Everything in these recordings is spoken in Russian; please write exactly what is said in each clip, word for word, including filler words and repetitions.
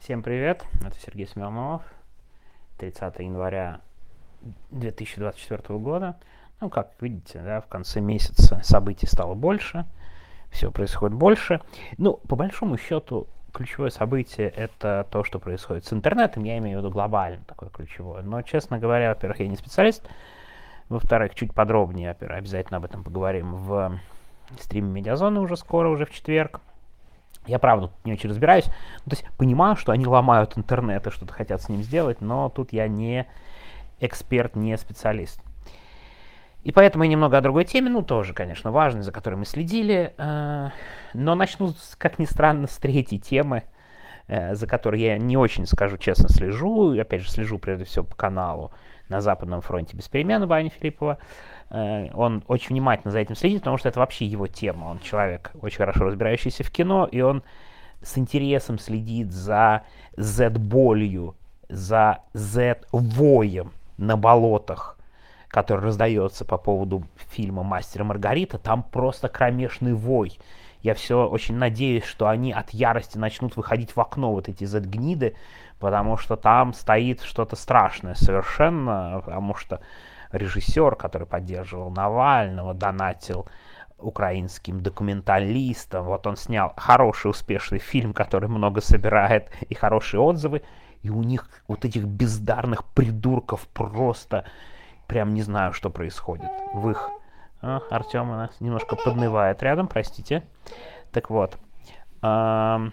Всем привет, это Сергей Смирнов, тридцатое января две тысячи двадцать четвёртого года. Ну, как видите, да, в конце месяца событий стало больше, все происходит больше. Ну, по большому счету, ключевое событие — это то, что происходит с интернетом, я имею в виду глобально такое ключевое. Но, честно говоря, во-первых, я не специалист, во-вторых, чуть подробнее, во-первых, обязательно об этом поговорим в стриме Медиазоны уже скоро, уже в четверг. Я, правда, не очень разбираюсь. Ну, то есть понимаю, что они ломают интернет и что-то хотят с ним сделать, но тут я не эксперт, не специалист. И поэтому я немного о другой теме, ну, тоже, конечно, важной, за которой мы следили. Э, но начну, как ни странно, с третьей темы, э, за которой я не очень, скажу честно, слежу. И, опять же, слежу прежде всего по каналу «На Западном фронте без перемен» Вани Филиппова. Он очень внимательно за этим следит, потому что это вообще его тема. Он человек, очень хорошо разбирающийся в кино, и он с интересом следит за Z-болью, за Z-воем на болотах, который раздается по поводу фильма «Мастер и Маргарита». Там просто кромешный вой. Я все очень надеюсь, что они от ярости начнут выходить в окно, вот эти Z-гниды, потому что там стоит что-то страшное совершенно, потому что режиссер, который поддерживал Навального, донатил украинским документалистам. Вот он снял хороший, успешный фильм, который много собирает, и хорошие отзывы. И у них вот этих бездарных придурков просто прям не знаю, что происходит в их... А, Артем у нас немножко поднывает рядом, простите. Так вот. Эм,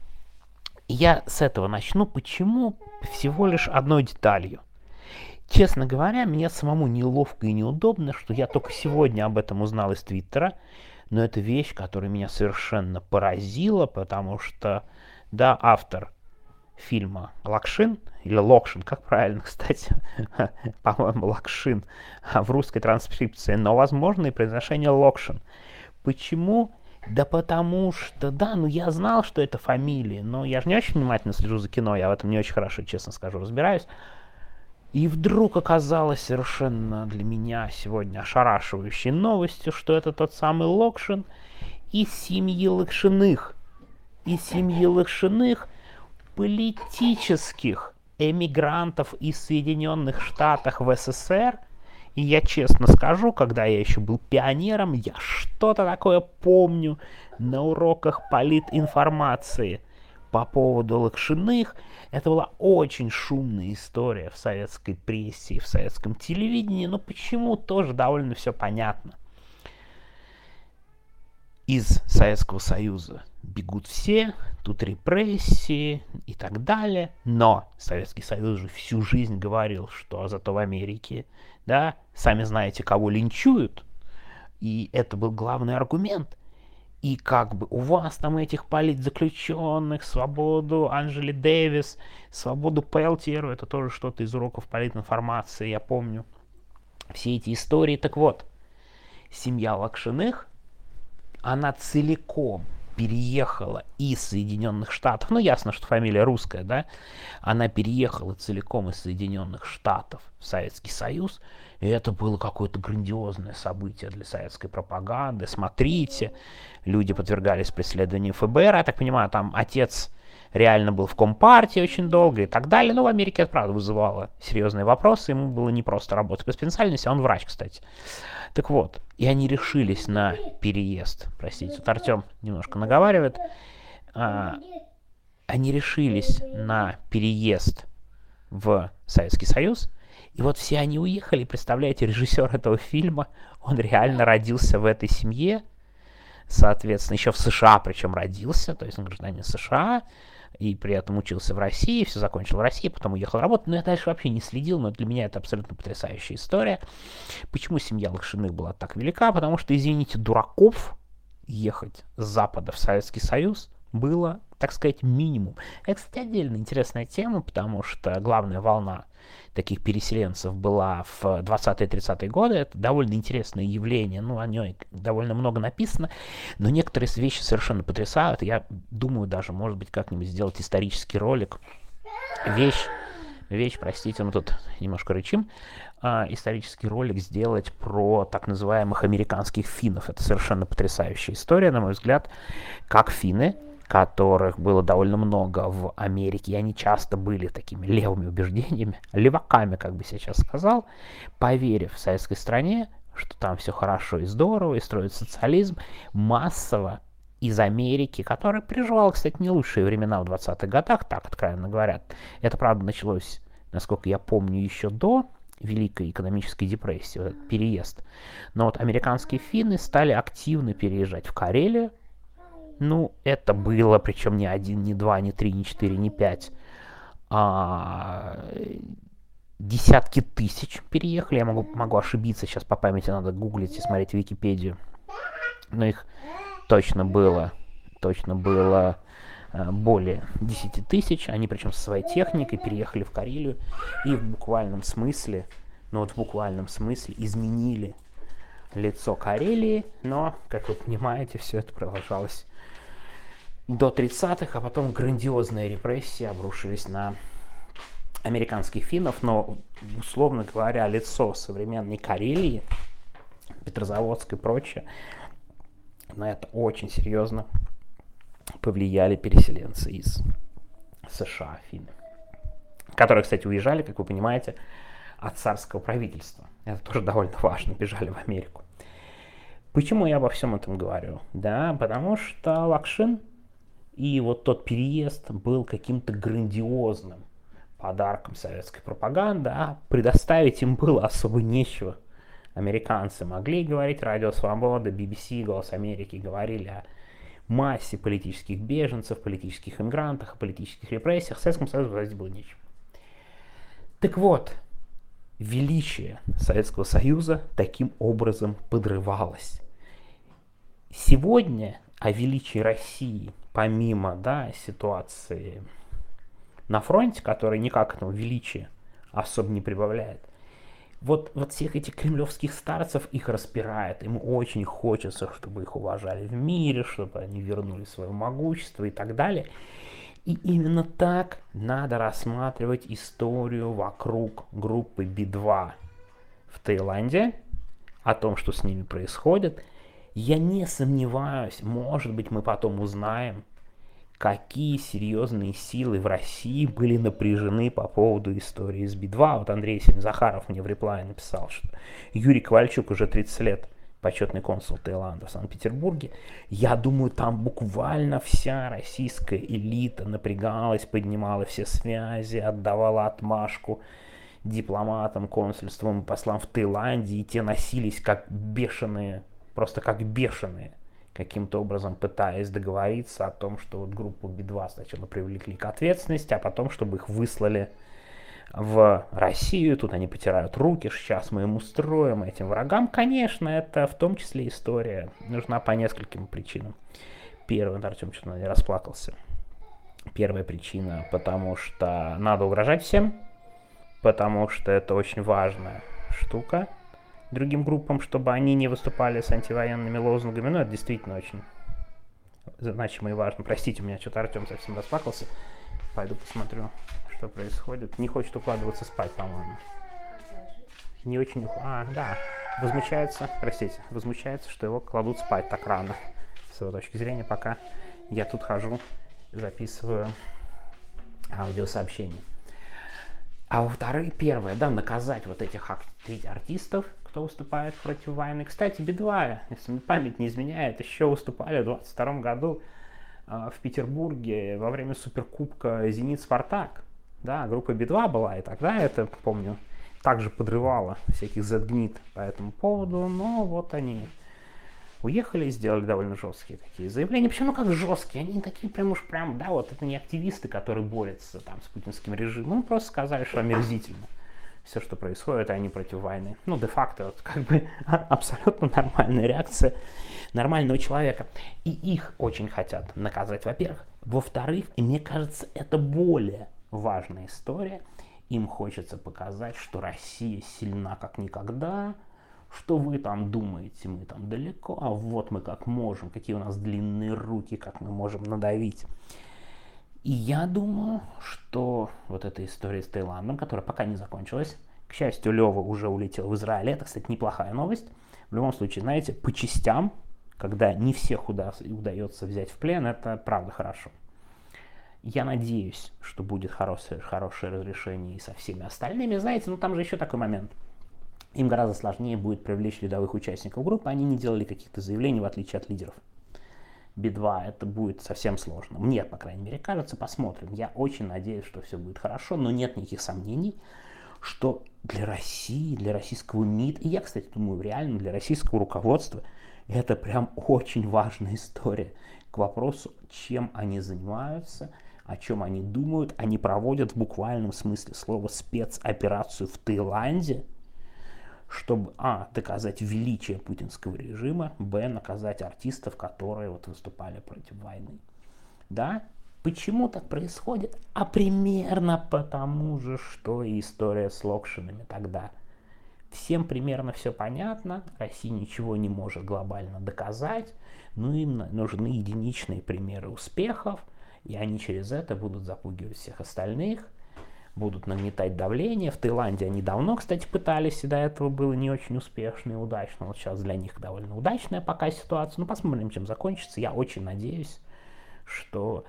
я с этого начну. Почему? Всего лишь одной деталью. Честно говоря, мне самому неловко и неудобно, что я только сегодня об этом узнал из Твиттера, но это вещь, которая меня совершенно поразила, потому что, да, автор фильма Лакшин, или Локшин, как правильно, кстати, по-моему, Лакшин, а в русской транскрипции, но, возможно, и произношение Локшин. Почему? Да потому что, да, ну я знал, что это фамилия, но я же не очень внимательно слежу за кино, я в этом не очень хорошо, честно скажу, разбираюсь. И вдруг оказалось совершенно для меня сегодня ошарашивающей новостью, что это тот самый Локшин из семьи Лакшиных. Из семьи Лакшиных, политических эмигрантов из Соединенных Штатов в СССР. И я честно скажу, когда я еще был пионером, я что-то такое помню на уроках политинформации по поводу Лакшиных. Это была очень шумная история в советской прессе и в советском телевидении, но почему тоже довольно все понятно. Из Советского Союза бегут все, тут репрессии и так далее, но Советский Союз же всю жизнь говорил, что зато в Америке, да, сами знаете, кого линчуют, и это был главный аргумент. И как бы у вас там этих политзаключенных, свободу Анджели Дэвис, свободу Пелтиеру, это тоже что-то из уроков политинформации, я помню. Все эти истории. Так вот, семья Лакшиных, она целиком переехала из Соединенных Штатов, ну ясно, что фамилия русская, да, она переехала целиком из Соединенных Штатов в Советский Союз, и это было какое-то грандиозное событие для советской пропаганды. Смотрите, люди подвергались преследованию ФБР, я так понимаю, там отец реально был в Компартии очень долго и так далее, но в Америке это, правда, вызывало серьезные вопросы, ему было не просто работать по специальности, а он врач, кстати. Так вот, и они решились на переезд, простите, тут Артем немножко наговаривает, а, они решились на переезд в Советский Союз, и вот все они уехали, представляете, режиссер этого фильма, он реально родился в этой семье, соответственно, еще в США, причем родился, то есть он гражданин США, и при этом учился в России, все закончил в России, потом уехал работать. Но я дальше вообще не следил, но для меня это абсолютно потрясающая история. Почему семья Лакшиных была так велика? Потому что, извините, дураков ехать с Запада в Советский Союз было, так сказать, минимум. Это, кстати, отдельно интересная тема, потому что главная волна таких переселенцев была в двадцатые-тридцатые годы. Это довольно интересное явление, ну, о ней довольно много написано, но некоторые вещи совершенно потрясают. Я думаю, даже, может быть, как-нибудь сделать исторический ролик. Вещь, вещь, простите, мы тут немножко рычим. А, исторический ролик сделать про так называемых американских финнов. Это совершенно потрясающая история, на мой взгляд, как финны которых было довольно много в Америке, и они часто были такими левыми убеждениями, леваками, как бы сейчас сказал, поверив в советской стране, что там все хорошо и здорово, и строит социализм, массово из Америки, которая переживала, кстати, не лучшие времена в двадцатых годах, так откровенно говорят. Это, правда, началось, насколько я помню, еще до Великой экономической депрессии, вот этот переезд. Но вот американские финны стали активно переезжать в Карелию. Ну, это было, причем не один, не два, не три, не четыре, не пять, а десятки тысяч переехали. Я могу, могу ошибиться, сейчас по памяти надо гуглить и смотреть Википедию. Но их точно было, точно было э, более десяти тысяч. Они причем со своей техникой переехали в Карелию и в буквальном смысле, ну вот в буквальном смысле изменили лицо Карелии. Но, как вы понимаете, все это продолжалось до тридцатых, а потом грандиозные репрессии обрушились на американских финнов. Но, условно говоря, лицо современной Карелии, Петрозаводск и прочее, на это очень серьезно повлияли переселенцы из США, финны, которые, кстати, уезжали, как вы понимаете, от царского правительства. Это тоже довольно важно, бежали в Америку. Почему я обо всем этом говорю? Да, потому что Лакшин и вот тот переезд был каким-то грандиозным подарком советской пропаганды, а предоставить им было особо нечего. Американцы могли говорить, Радио Свобода, би би си, Голос Америки говорили о массе политических беженцев, политических иммигрантах, о политических репрессиях. В Советском Союзе говорить было нечего. Так вот, величие Советского Союза таким образом подрывалось. Сегодня о величии России, помимо да, ситуации на фронте, которая никак этому величия особо не прибавляет, Вот, вот всех этих кремлевских старцев их распирает. Им очень хочется, чтобы их уважали в мире, чтобы они вернули свое могущество и так далее. И именно так надо рассматривать историю вокруг группы би два в Таиланде, о том, что с ними происходит. Я не сомневаюсь, может быть, мы потом узнаем, какие серьезные силы в России были напряжены по поводу истории с би два. Вот Андрей Захаров мне в реплае написал, что Юрий Ковальчук уже тридцать лет почетный консул Таиланда в Санкт-Петербурге. Я думаю, там буквально вся российская элита напрягалась, поднимала все связи, отдавала отмашку дипломатам, консульствам, послам в Таиланде, и те носились как бешеные, просто как бешеные, каким-то образом пытаясь договориться о том, что вот группу би два сначала привлекли к ответственности, а потом, чтобы их выслали в Россию. Тут они потирают руки, сейчас мы им устроим, этим врагам. Конечно, это в том числе история нужна по нескольким причинам. Первый, Артем что-то не расплакался. Первая причина, потому что надо угрожать всем, потому что это очень важная штука другим группам, чтобы они не выступали с антивоенными лозунгами. Ну, это действительно очень значимо и важно. Простите, у меня что-то Артем совсем расплакался. Пойду посмотрю, что происходит. Не хочет укладываться спать, по-моему. Не очень... А, да. Возмущается, простите, возмущается, что его кладут спать так рано. С его точки зрения, пока я тут хожу, записываю аудиосообщение. А во-вторых, первое, да, наказать вот этих артистов, кто выступает против войны. Кстати, би два, если мне память не изменяет, еще выступали в двадцать втором году э, в Петербурге во время Суперкубка «Зенит-Спартак». Да, группа би два была, и тогда это, помню, также подрывала всяких зет-гнит по этому поводу, но вот они уехали и сделали довольно жесткие такие заявления. Причем, ну как жесткие, они не такие прям уж прям, да, вот это не активисты, которые борются там с путинским режимом, просто сказали, что омерзительно все, что происходит, они против войны. Ну, де-факто, вот, как бы абсолютно нормальная реакция нормального человека. И их очень хотят наказать, во-первых. Во-вторых, и мне кажется, это более важная история. Им хочется показать, что Россия сильна как никогда, что вы там думаете, мы там далеко, а вот мы как можем, какие у нас длинные руки, как мы можем надавить. И я думаю, что вот эта история с Таиландом, которая пока не закончилась, к счастью, Лёва уже улетел в Израиль, это, кстати, неплохая новость. В любом случае, знаете, по частям когда не всех уда- удается взять в плен, это правда хорошо. Я надеюсь, что будет хорошее, хорошее разрешение и со всеми остальными. Знаете, ну там же еще такой момент. Им гораздо сложнее будет привлечь рядовых участников группы. Они не делали каких-то заявлений, в отличие от лидеров. би два это будет совсем сложно. Мне, по крайней мере, кажется, посмотрим. Я очень надеюсь, что все будет хорошо, но нет никаких сомнений, что для России, для российского МИД, и я, кстати, думаю, реально для российского руководства, это прям очень важная история. К вопросу, чем они занимаются, о чем они думают. Они проводят в буквальном смысле слова спецоперацию в Таиланде, чтобы, а, доказать величие путинского режима, б, наказать артистов, которые вот выступали против войны. Да? Почему так происходит? А примерно потому же, что и история с Локшинами тогда. Всем примерно все понятно, Россия ничего не может глобально доказать, но им нужны единичные примеры успехов, и они через это будут запугивать всех остальных, будут нагнетать давление. В Таиланде они давно, кстати, пытались, и до этого было не очень успешно и удачно. Вот сейчас для них довольно удачная пока ситуация. Ну, посмотрим, чем закончится. Я очень надеюсь, что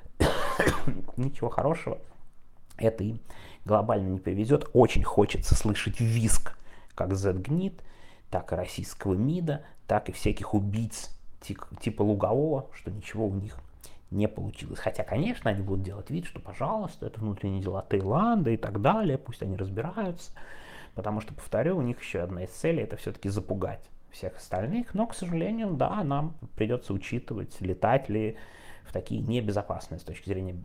ничего хорошего это им глобально не привезет. Очень хочется слышать визг как Z-гнит, так и российского МИДа, так и всяких убийц типа Лугового, что ничего у них не получилось. Хотя, конечно, они будут делать вид, что, пожалуйста, это внутренние дела Таиланда и так далее, пусть они разбираются. Потому что, повторю, у них еще одна из целей — это все-таки запугать всех остальных. Но, к сожалению, да, нам придется учитывать, летать ли в такие небезопасные с точки зрения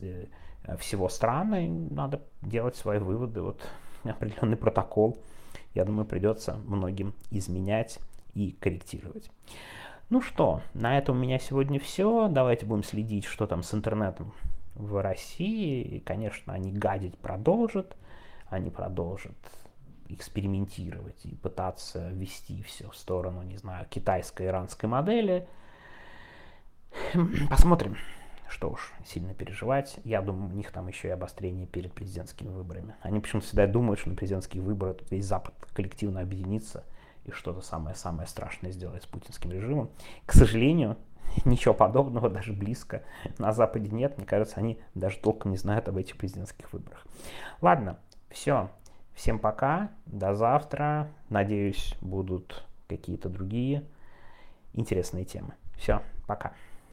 всего страны. Надо делать свои выводы. Вот определенный протокол, я думаю, придется многим изменять и корректировать. Ну что, на этом у меня сегодня все. Давайте будем следить, что там с интернетом в России. И, конечно, они гадить продолжат. Они продолжат экспериментировать и пытаться вести все в сторону, не знаю, китайско-иранской модели. Посмотрим. Что уж сильно переживать. Я думаю, у них там еще и обострение перед президентскими выборами. Они почему-то всегда думают, что на президентские выборы весь Запад коллективно объединится и что-то самое-самое страшное сделать с путинским режимом. К сожалению, ничего подобного, даже близко на Западе нет. Мне кажется, они даже толком не знают об этих президентских выборах. Ладно, все. Всем пока, до завтра. Надеюсь, будут какие-то другие интересные темы. Все, пока.